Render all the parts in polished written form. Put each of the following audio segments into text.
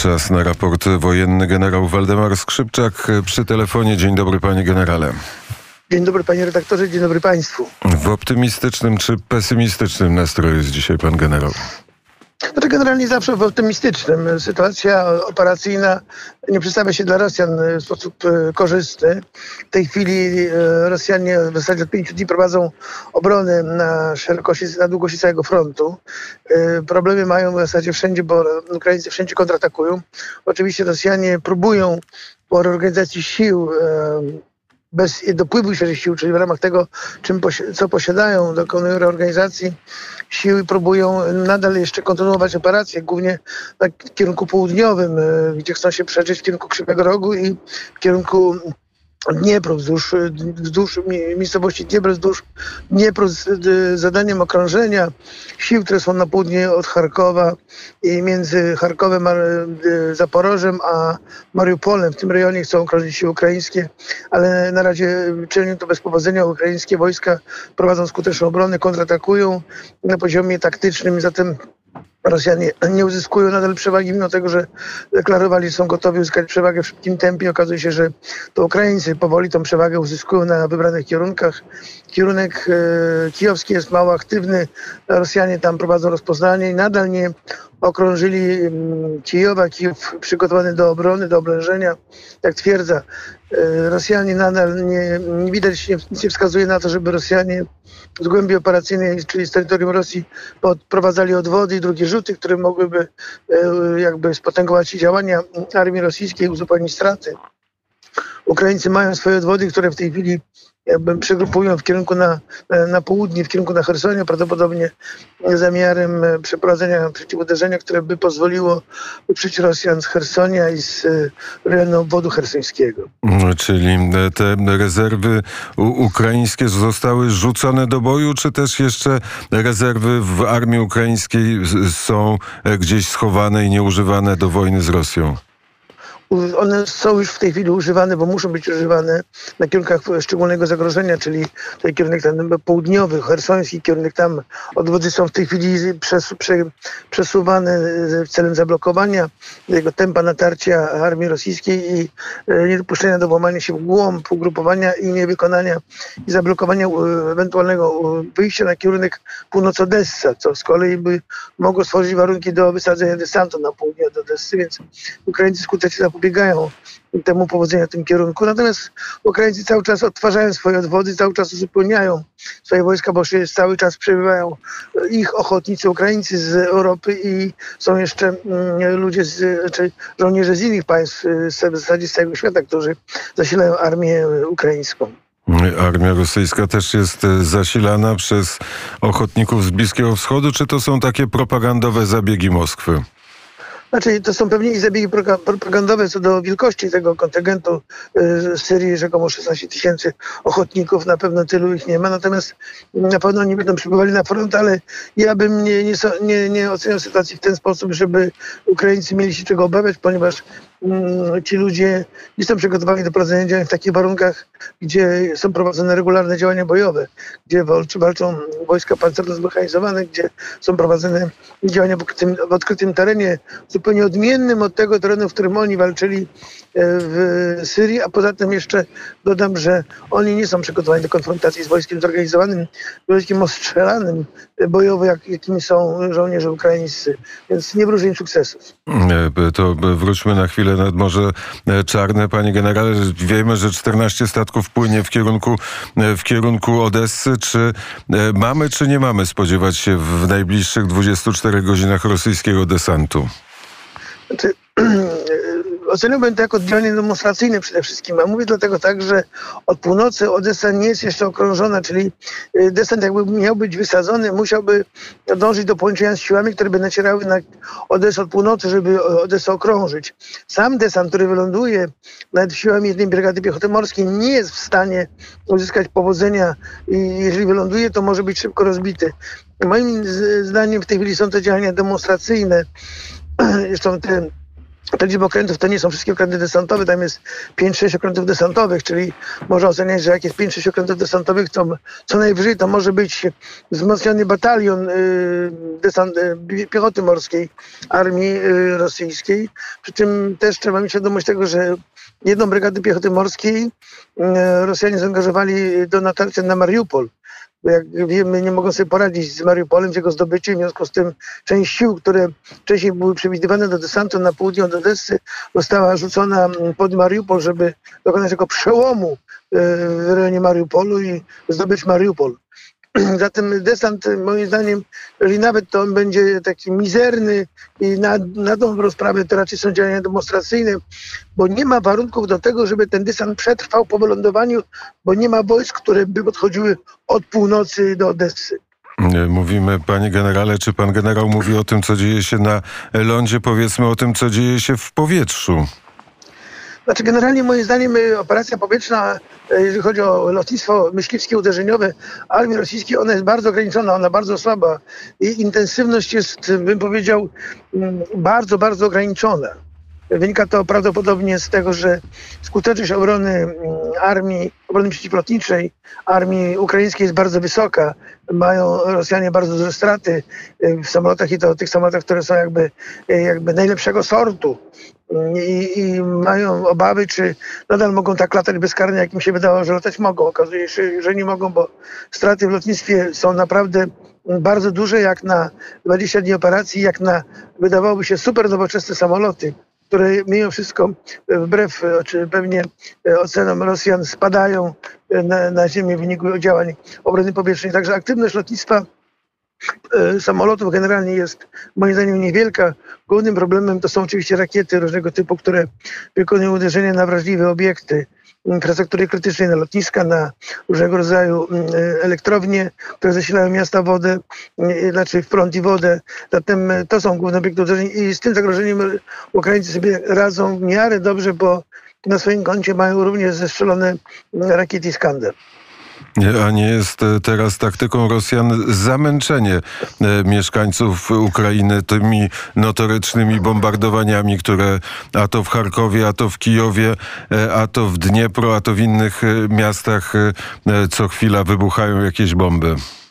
Czas na raport wojenny. Generał Waldemar Skrzypczak przy telefonie. Dzień dobry, panie generale. Dzień dobry, panie redaktorze, dzień dobry państwu. W optymistycznym czy pesymistycznym nastroju jest dzisiaj pan generał? Znaczy generalnie zawsze w optymistycznym. Sytuacja operacyjna nie przedstawia się dla Rosjan w sposób korzystny. W tej chwili Rosjanie w zasadzie od 5 dni prowadzą obronę na długości całego frontu. Problemy mają w zasadzie wszędzie, bo Ukraińcy wszędzie kontratakują. Oczywiście Rosjanie próbują po reorganizacji sił bez dopływu świeżych sił, czyli w ramach tego, co posiadają, dokonują reorganizacji sił i próbują nadal jeszcze kontynuować operacje, głównie w kierunku południowym, gdzie chcą się przedrzeć w kierunku Krzywego Rogu i w kierunku Dniepru, wzdłuż miejscowości Dniepr, wzdłuż Dniepru z zadaniem okrążenia sił, które są na południe od Charkowa i między Charkowem, Zaporożem a Mariupolem. W tym rejonie chcą okrążyć siły ukraińskie, ale na razie czynią to bez powodzenia. Ukraińskie wojska prowadzą skuteczną obronę, kontratakują na poziomie taktycznym, zatem Rosjanie nie uzyskują nadal przewagi, mimo tego, że deklarowali, że są gotowi uzyskać przewagę w szybkim tempie. Okazuje się, że to Ukraińcy powoli tą przewagę uzyskują na wybranych kierunkach. Kierunek kijowski jest mało aktywny. Rosjanie tam prowadzą rozpoznanie i nadal nie okrążyli Kijowa. Kijów przygotowany do obrony, do oblężenia, jak twierdza. Rosjanie nadal nie widać, nic nie wskazuje na to, żeby Rosjanie z głębi operacyjnej, czyli z terytorium Rosji, podprowadzali odwody i drugie rzuty, które mogłyby jakby spotęgować działania armii rosyjskiej, uzupełnić straty. Ukraińcy mają swoje odwody, które w tej chwili jakby przygrupują w kierunku na południe, w kierunku na Chersonia, prawdopodobnie zamiarem przeprowadzenia przeciwuderzenia, które by pozwoliło uprzeć Rosjan z Chersonia i z rejonu obwodu chersońskiego. Czyli te rezerwy ukraińskie zostały rzucone do boju, czy też jeszcze rezerwy w armii ukraińskiej są gdzieś schowane i nieużywane do wojny z Rosją? One są już w tej chwili używane, bo muszą być używane na kierunkach szczególnego zagrożenia, czyli ten kierunek ten południowy, chersoński kierunek, tam odwody są w tej chwili przesuwane celem zablokowania tego tempa natarcia armii rosyjskiej i niedopuszczenia do włamania się w głąb ugrupowania i niewykonania i zablokowania ewentualnego wyjścia na kierunek północ-Odessa, co z kolei by mogło stworzyć warunki do wysadzenia desantu na południe od Odessy, więc Ukraińcy skutecznie zapobiegają temu powodzenia w tym kierunku. Natomiast Ukraińcy cały czas odtwarzają swoje odwody, cały czas uzupełniają swoje wojska, bo cały czas przybywają ich ochotnicy Ukraińcy z Europy i są jeszcze ludzie, czy żołnierze z innych państw, w zasadzie z całego świata, którzy zasilają armię ukraińską. Armia rosyjska też jest zasilana przez ochotników z Bliskiego Wschodu, czy to są takie propagandowe zabiegi Moskwy? Znaczy, to są pewnie i zabiegi propagandowe co do wielkości tego kontyngentu z Syrii, rzekomo 16 000 ochotników, na pewno tylu ich nie ma, natomiast na pewno nie będą przybywali na front, ale ja bym nie oceniał sytuacji w ten sposób, żeby Ukraińcy mieli się czego obawiać, ponieważ ci ludzie nie są przygotowani do prowadzenia działań w takich warunkach, gdzie są prowadzone regularne działania bojowe, gdzie walczą wojska pancerne zmechanizowane, gdzie są prowadzone działania w odkrytym terenie, zupełnie odmiennym od tego terenu, w którym oni walczyli w Syrii, a poza tym jeszcze dodam, że oni nie są przygotowani do konfrontacji z wojskiem zorganizowanym, wojskiem ostrzelanym bojowo, jakimi są żołnierze ukraińscy, więc nie wróży im sukcesów. To wróćmy na chwilę nad Morze Czarne. Panie generale, wiemy, że 14 statków płynie w kierunku Odessy. Czy mamy, czy nie mamy spodziewać się w najbliższych 24 godzinach rosyjskiego desantu? Znaczy, oceniłbym to jako działanie demonstracyjne przede wszystkim, a mówię dlatego tak, że od północy Odessa nie jest jeszcze okrążona, czyli desant jakby miał być wysadzony, musiałby dążyć do połączenia z siłami, które by nacierały na Odessę od północy, żeby Odessę okrążyć. Sam desant, który wyląduje nad siłami jednej brygady piechoty morskiej, nie jest w stanie uzyskać powodzenia i jeżeli wyląduje, to może być szybko rozbity. Moim zdaniem w tej chwili są to działania demonstracyjne. Zresztą te Te liczby okrętów to nie są wszystkie okręty desantowe, tam jest 5-6 okrętów desantowych, czyli można oceniać, że jak jest 5-6 okrętów desantowych, to co najwyżej to może być wzmocniony batalion piechoty morskiej armii rosyjskiej. Przy czym też trzeba mieć świadomość tego, że jedną brygadę piechoty morskiej Rosjanie zaangażowali do natarcia na Mariupol. Bo jak wiemy, nie mogą sobie poradzić z Mariupolem, z jego zdobyciem. W związku z tym część sił, które wcześniej były przewidywane do desantu na południe od Odessy, została rzucona pod Mariupol, żeby dokonać tego przełomu w rejonie Mariupolu i zdobyć Mariupol. Zatem desant, moim zdaniem, jeżeli nawet to on będzie taki mizerny i na tą rozprawę to raczej są działania demonstracyjne, bo nie ma warunków do tego, żeby ten desant przetrwał po wylądowaniu, bo nie ma wojsk, które by podchodziły od północy do Odessy. Mówimy, panie generale, czy pan generał mówi o tym, co dzieje się na lądzie, powiedzmy o tym, co dzieje się w powietrzu? Znaczy generalnie moim zdaniem operacja powietrzna, jeżeli chodzi o lotnictwo myśliwskie uderzeniowe armii rosyjskiej, ona jest bardzo ograniczona, ona bardzo słaba. Jej intensywność jest, bym powiedział, bardzo, bardzo ograniczona. Wynika to prawdopodobnie z tego, że skuteczność obrony obrony przeciwlotniczej armii ukraińskiej jest bardzo wysoka. Mają Rosjanie bardzo duże straty w samolotach i to tych samolotach, które są jakby najlepszego sortu. I mają obawy, czy nadal mogą tak latać bezkarnie, jak im się wydawało, że latać mogą. Okazuje się, że nie mogą, bo straty w lotnictwie są naprawdę bardzo duże, jak na 20 dni operacji, jak na, wydawałoby się, super nowoczesne samoloty, które mimo wszystko, wbrew czy pewnie ocenom Rosjan, spadają na ziemię w wyniku działań obrony powietrznej. Także aktywność lotnictwa samolotów generalnie jest moim zdaniem niewielka. Głównym problemem to są oczywiście rakiety różnego typu, które wykonują uderzenia na wrażliwe obiekty infrastruktury krytycznej, na lotniska, na różnego rodzaju elektrownie, które zasilają miasta wodę, znaczy prąd i wodę. Zatem to są główne obiekty uderzeń i z tym zagrożeniem Ukraińcy sobie radzą w miarę dobrze, bo na swoim koncie mają również zestrzelone rakiety Iskander. A nie jest teraz taktyką Rosjan zamęczenie mieszkańców Ukrainy tymi notorycznymi bombardowaniami, które a to w Charkowie, a to w Kijowie, a to w Dniepro, a to w innych miastach co chwila wybuchają jakieś bomby?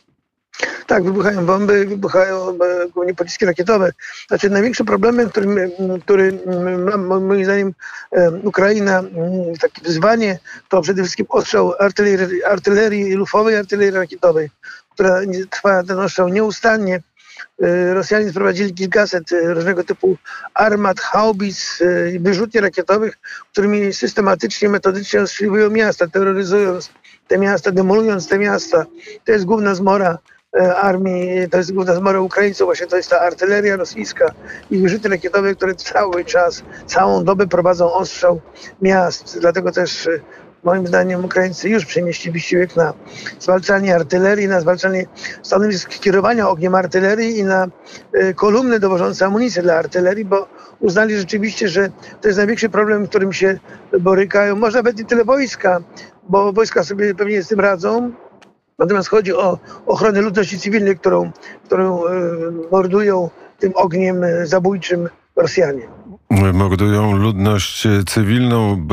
Tak, wybuchają bomby, wybuchają głównie pociski rakietowe. Znaczy największym problemem, który ma moim zdaniem Ukraina, takie wyzwanie, to przede wszystkim ostrzał artylerii lufowej, artylerii rakietowej, która trwa ten ostrzał nieustannie. Rosjanie sprowadzili kilkaset różnego typu armat, haubic, wyrzutni rakietowych, którymi systematycznie, metodycznie ostrzeliwują miasta, terroryzując te miasta, demolując te miasta. To jest główna zmora armii, to jest główna zmora Ukraińców, właśnie to jest ta artyleria rosyjska i wyrzuty rakietowe, które cały czas, całą dobę prowadzą ostrzał miast. Dlatego też moim zdaniem Ukraińcy już przenieśli wysiłek na zwalczanie artylerii, na zwalczanie stanowisk kierowania ogniem artylerii i na kolumny dowożące amunicję dla artylerii, bo uznali rzeczywiście, że to jest największy problem, z którym się borykają. Może nawet nie tyle wojska, bo wojska sobie pewnie z tym radzą. Natomiast chodzi o ochronę ludności cywilnej, którą mordują tym ogniem zabójczym Rosjanie. Mordują ludność cywilną,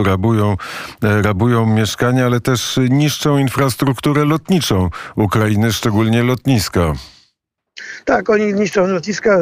rabują mieszkania, ale też niszczą infrastrukturę lotniczą Ukrainy, szczególnie lotniska. Tak, oni niszczą lotniska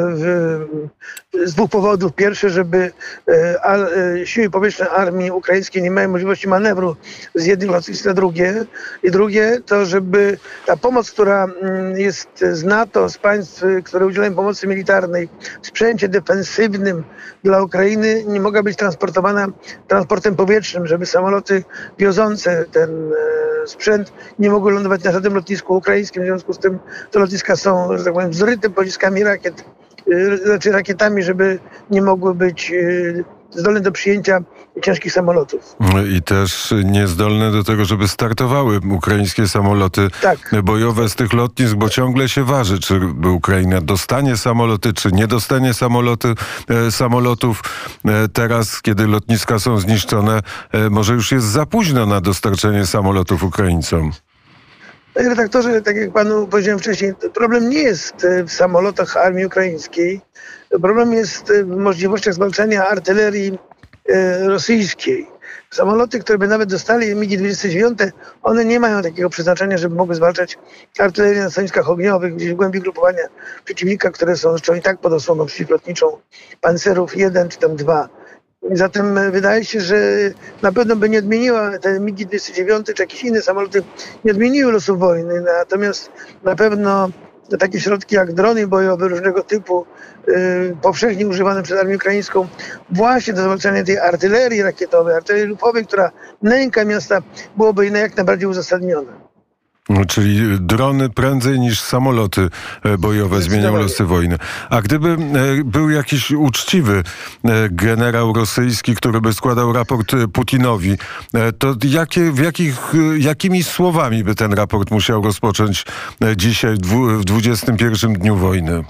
z dwóch powodów. Pierwszy, żeby siły powietrzne armii ukraińskiej nie mają możliwości manewru z jednych lotnisk na drugie. I drugie to, żeby ta pomoc, która jest z NATO, z państw, które udzielają pomocy militarnej, w sprzęcie defensywnym dla Ukrainy, nie mogła być transportowana transportem powietrznym, żeby samoloty wiozące ten sprzęt nie mogły lądować na żadnym lotnisku ukraińskim. W związku z tym te lotniska są, że tak powiem, zryte pociskami rakiet, znaczy rakietami, żeby nie mogły być zdolne do przyjęcia ciężkich samolotów. I też niezdolne do tego, żeby startowały ukraińskie samoloty bojowe z tych lotnisk, bo ciągle się waży, czy Ukraina dostanie samoloty, czy nie dostanie samolotów. Teraz, kiedy lotniska są zniszczone, może już jest za późno na dostarczenie samolotów Ukraińcom. Panie redaktorze, tak jak panu powiedziałem wcześniej, problem nie jest w samolotach armii ukraińskiej. Problem jest w możliwościach zwalczania artylerii rosyjskiej. Samoloty, które by nawet dostali MiG-29, one nie mają takiego przeznaczenia, żeby mogły zwalczać artylerię na stanowiskach ogniowych, gdzieś w głębi grupowania przeciwnika, które są zresztą i tak pod osłoną przeciwlotniczą pancerów 1 czy tam 2. Zatem wydaje się, że na pewno by nie odmieniła te MiG-29 czy jakieś inne samoloty, nie odmieniły losu wojny, natomiast na pewno takie środki jak drony bojowe różnego typu, powszechnie używane przez armię ukraińską właśnie do zwalczania tej artylerii rakietowej, artylerii lufowej, która nęka miasta, byłoby jak najbardziej uzasadnione. Czyli drony prędzej niż samoloty bojowe zmienią losy wojny. A gdyby był jakiś uczciwy generał rosyjski, który by składał raport Putinowi, to jakimi słowami by ten raport musiał rozpocząć dzisiaj w 21 dniu wojny?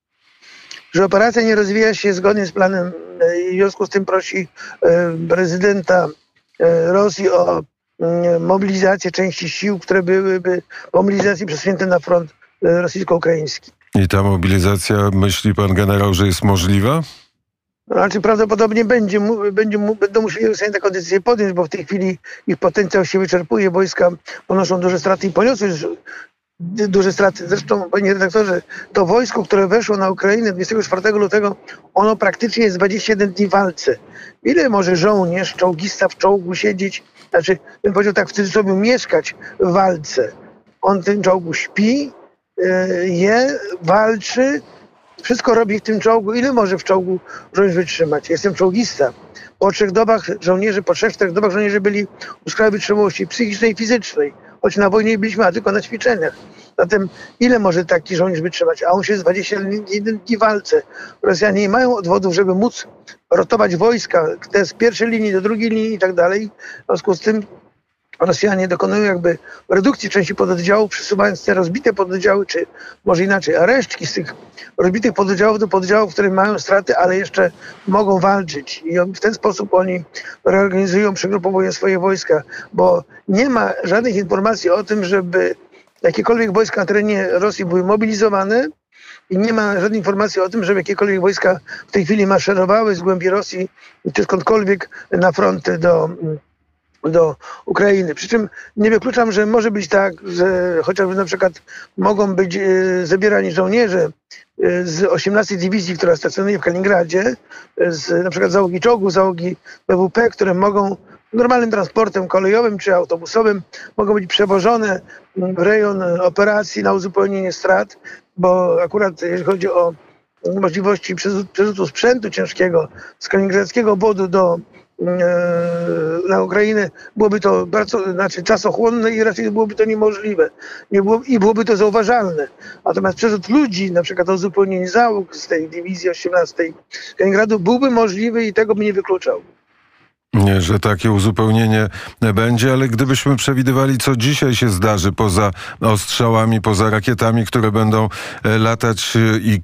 Że operacja nie rozwija się zgodnie z planem i w związku z tym prosi prezydenta Rosji o mobilizację części sił, które byłyby po mobilizacji przesunięte na front rosyjsko-ukraiński. I ta mobilizacja, myśli pan generał, że jest możliwa? Znaczy prawdopodobnie będą musieli Rosjanie taką decyzję podjąć, bo w tej chwili ich potencjał się wyczerpuje, wojska ponoszą duże straty i poniosły już duże straty. Zresztą, panie redaktorze, to wojsko, które weszło na Ukrainę 24 lutego, ono praktycznie jest 21 dni w walce. Ile może żołnierz, czołgista w czołgu siedzieć, znaczy, bym powiedział tak w cudzysłowie, mieszkać w walce? On w tym czołgu śpi, je, walczy, wszystko robi w tym czołgu. Ile może w czołgu żołnierz wytrzymać? Jestem czołgista. Po 3 dobach żołnierze, po 3-4 dobach żołnierze byli u skraju wytrzymałości psychicznej i fizycznej. Choć na wojnie byliśmy, a tylko na ćwiczeniach. Zatem ile może taki żołnierz wytrzymać? A on się z 21 dni w walce. Rosjanie nie mają odwodów, żeby móc rotować wojska te z pierwszej linii do drugiej linii i tak dalej. W związku z tym Rosjanie dokonują jakby redukcji części pododdziałów, przesuwając te rozbite pododdziały, czy może inaczej, resztki z tych rozbitych pododdziałów do pododdziałów, które mają straty, ale jeszcze mogą walczyć. I w ten sposób oni reorganizują, przegrupowują swoje wojska, bo nie ma żadnych informacji o tym, żeby jakiekolwiek wojska na terenie Rosji były mobilizowane i nie ma żadnej informacji o tym, żeby jakiekolwiek wojska w tej chwili maszerowały z głębi Rosji czy skądkolwiek na front do Ukrainy. Przy czym nie wykluczam, że może być tak, że chociażby na przykład mogą być zabierani żołnierze z 18 dywizji, która stacjonuje w Kaliningradzie, na przykład załogi czołgów, załogi BWP, które mogą normalnym transportem kolejowym czy autobusowym mogą być przewożone w rejon operacji na uzupełnienie strat, bo akurat jeśli chodzi o możliwości przerzutu sprzętu ciężkiego z kaliningradzkiego obwodu na Ukrainę, byłoby to bardzo czasochłonne i raczej byłoby to niemożliwe. I byłoby to zauważalne. Natomiast przerzut ludzi, na przykład o uzupełnienie załóg z tej dywizji 18 Kaliningradu byłby możliwy i tego by nie wykluczał. Nie, że takie uzupełnienie będzie, ale gdybyśmy przewidywali, co dzisiaj się zdarzy poza ostrzałami, poza rakietami, które będą latać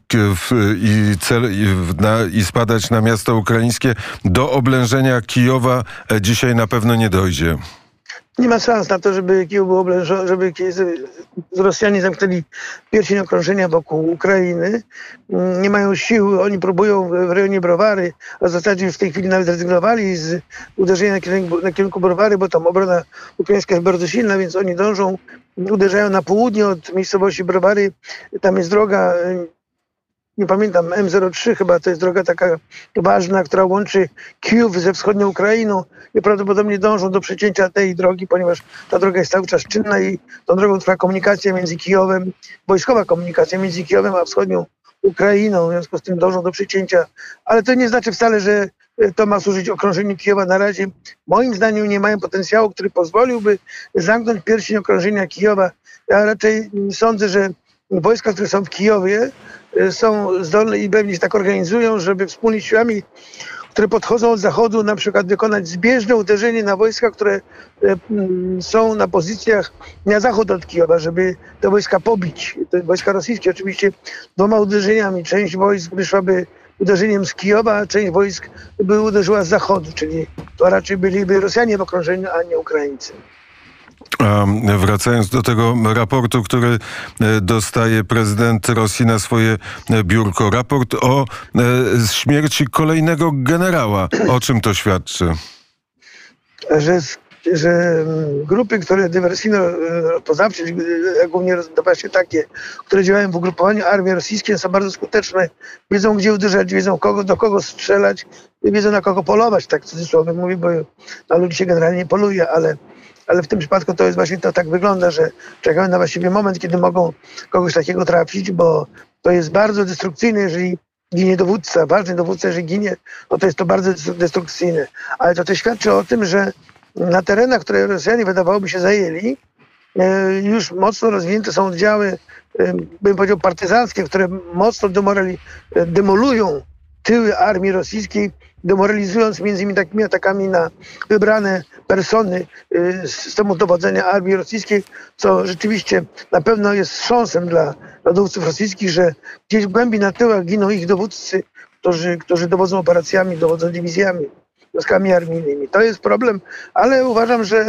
i spadać na miasto ukraińskie, do oblężenia Kijowa dzisiaj na pewno nie dojdzie. Nie ma szans na to, żeby Kijów był oblężony, żeby Rosjanie zamknęli pierścień okrążenia wokół Ukrainy. Nie mają sił, oni próbują w rejonie Browary, a w zasadzie już w tej chwili nawet zrezygnowali z uderzenia na kierunku Browary, bo tam obrona ukraińska jest bardzo silna, więc oni uderzają na południe od miejscowości Browary. Tam jest droga, nie pamiętam, M03 chyba, to jest droga taka ważna, która łączy Kijów ze wschodnią Ukrainą i prawdopodobnie dążą do przecięcia tej drogi, ponieważ ta droga jest cały czas czynna i tą drogą trwa komunikacja między Kijowem, wojskowa komunikacja między Kijowem a wschodnią Ukrainą, w związku z tym dążą do przecięcia, ale to nie znaczy wcale, że to ma służyć okrążeniu Kijowa. Na razie moim zdaniem nie mają potencjału, który pozwoliłby zamknąć pierścień okrążenia Kijowa. Ja raczej sądzę, że wojska, które są w Kijowie, są zdolne i pewnie się tak organizują, żeby wspólnymi siłami, które podchodzą od zachodu, na przykład wykonać zbieżne uderzenie na wojska, które są na pozycjach na zachód od Kijowa, żeby te wojska pobić. Te wojska rosyjskie oczywiście 2 uderzeniami. Część wojsk wyszłaby uderzeniem z Kijowa, a część wojsk by uderzyła z zachodu, czyli to raczej byliby Rosjanie w okrążeniu, a nie Ukraińcy. A wracając do tego raportu, który dostaje prezydent Rosji na swoje biurko. Raport o śmierci kolejnego generała. O czym to świadczy? Że grupy, które dywersyjno-rozpoznawcze, głównie właśnie takie, które działają w ugrupowaniu armii rosyjskiej, są bardzo skuteczne, wiedzą gdzie uderzać, wiedzą do kogo strzelać, wiedzą na kogo polować, tak w cudzysłowie mówię, bo na ludzi się generalnie nie poluje, ale w tym przypadku to jest właśnie to tak wygląda, że czekają na właściwy moment, kiedy mogą kogoś takiego trafić, bo to jest bardzo destrukcyjne, jeżeli ginie dowódca, ważny dowódca, jeżeli ginie, no to jest to bardzo destrukcyjne. Ale to też świadczy o tym, że na terenach, które Rosjanie wydawałoby się zajęli, już mocno rozwinięte są oddziały, bym powiedział partyzanckie, które mocno demolują tyły armii rosyjskiej, demoralizując między innymi takimi atakami na wybrane persony z systemu dowodzenia armii rosyjskiej, co rzeczywiście na pewno jest wstrząsem dla dowódców rosyjskich, że gdzieś w głębi na tyłach giną ich dowódcy, którzy dowodzą operacjami, dowodzą dywizjami, jednostkami armijnymi. To jest problem, ale uważam, że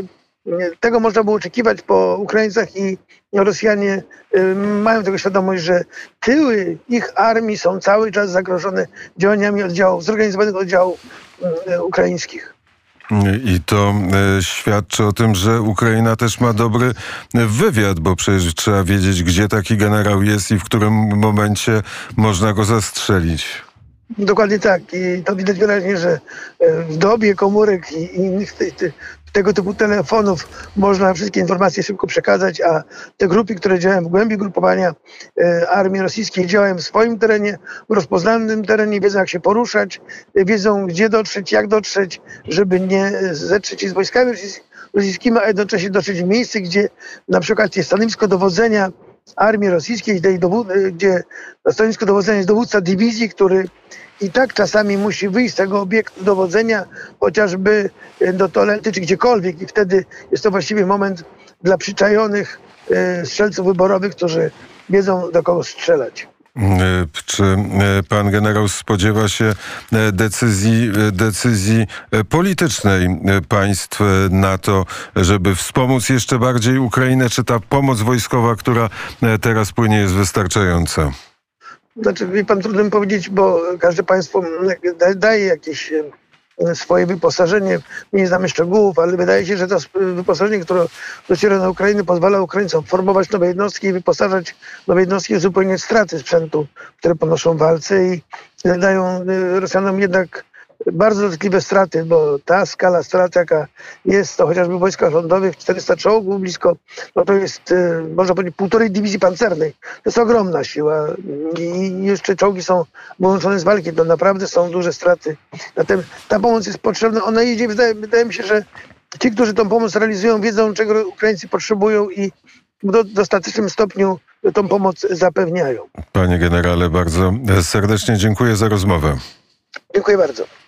tego można było oczekiwać po Ukraińcach i Rosjanie mają tego świadomość, że tyły ich armii są cały czas zagrożone działaniami zorganizowanych oddziałów ukraińskich. I to świadczy o tym, że Ukraina też ma dobry wywiad, bo przecież trzeba wiedzieć, gdzie taki generał jest i w którym momencie można go zastrzelić. Dokładnie tak. I to widać wyraźnie, że w dobie komórek i innych tego typu telefonów można wszystkie informacje szybko przekazać, a te grupy, które działają w głębi grupowania armii rosyjskiej, działają w swoim terenie, w rozpoznanym terenie, wiedzą jak się poruszać, wiedzą gdzie dotrzeć, jak dotrzeć, żeby nie zetrzeć się z wojskami rosyjskimi, a jednocześnie dotrzeć w miejsce, gdzie na przykład jest stanowisko dowodzenia armii rosyjskiej, gdzie na stanowisku dowodzenia jest dowódca dywizji, który i tak czasami musi wyjść z tego obiektu dowodzenia, chociażby do toalety czy gdziekolwiek, i wtedy jest to właściwie moment dla przyczajonych strzelców wyborowych, którzy wiedzą do kogo strzelać. Czy pan generał spodziewa się decyzji politycznej państw NATO, żeby wspomóc jeszcze bardziej Ukrainę, czy ta pomoc wojskowa, która teraz płynie, jest wystarczająca? Znaczy, wie pan, trudno mi powiedzieć, bo każde państwo daje jakieś swoje wyposażenie. Nie znamy szczegółów, ale wydaje się, że to wyposażenie, które dociera na Ukrainę, pozwala Ukraińcom formować nowe jednostki i wyposażać nowe jednostki, uzupełniać straty sprzętu, które ponoszą w walce, i dają Rosjanom jednak bardzo dotkliwe straty, bo ta skala strat, jaka jest, to chociażby w wojskach lądowych 400 czołgów blisko, no to jest, można powiedzieć, 1,5 dywizji pancernej. To jest ogromna siła i jeszcze czołgi są wyłączone z walki, to naprawdę są duże straty. Zatem ta pomoc jest potrzebna, ona idzie, wydaje mi się, że ci, którzy tą pomoc realizują, wiedzą, czego Ukraińcy potrzebują i w dostatecznym stopniu tą pomoc zapewniają. Panie generale, bardzo serdecznie dziękuję za rozmowę. Dziękuję bardzo.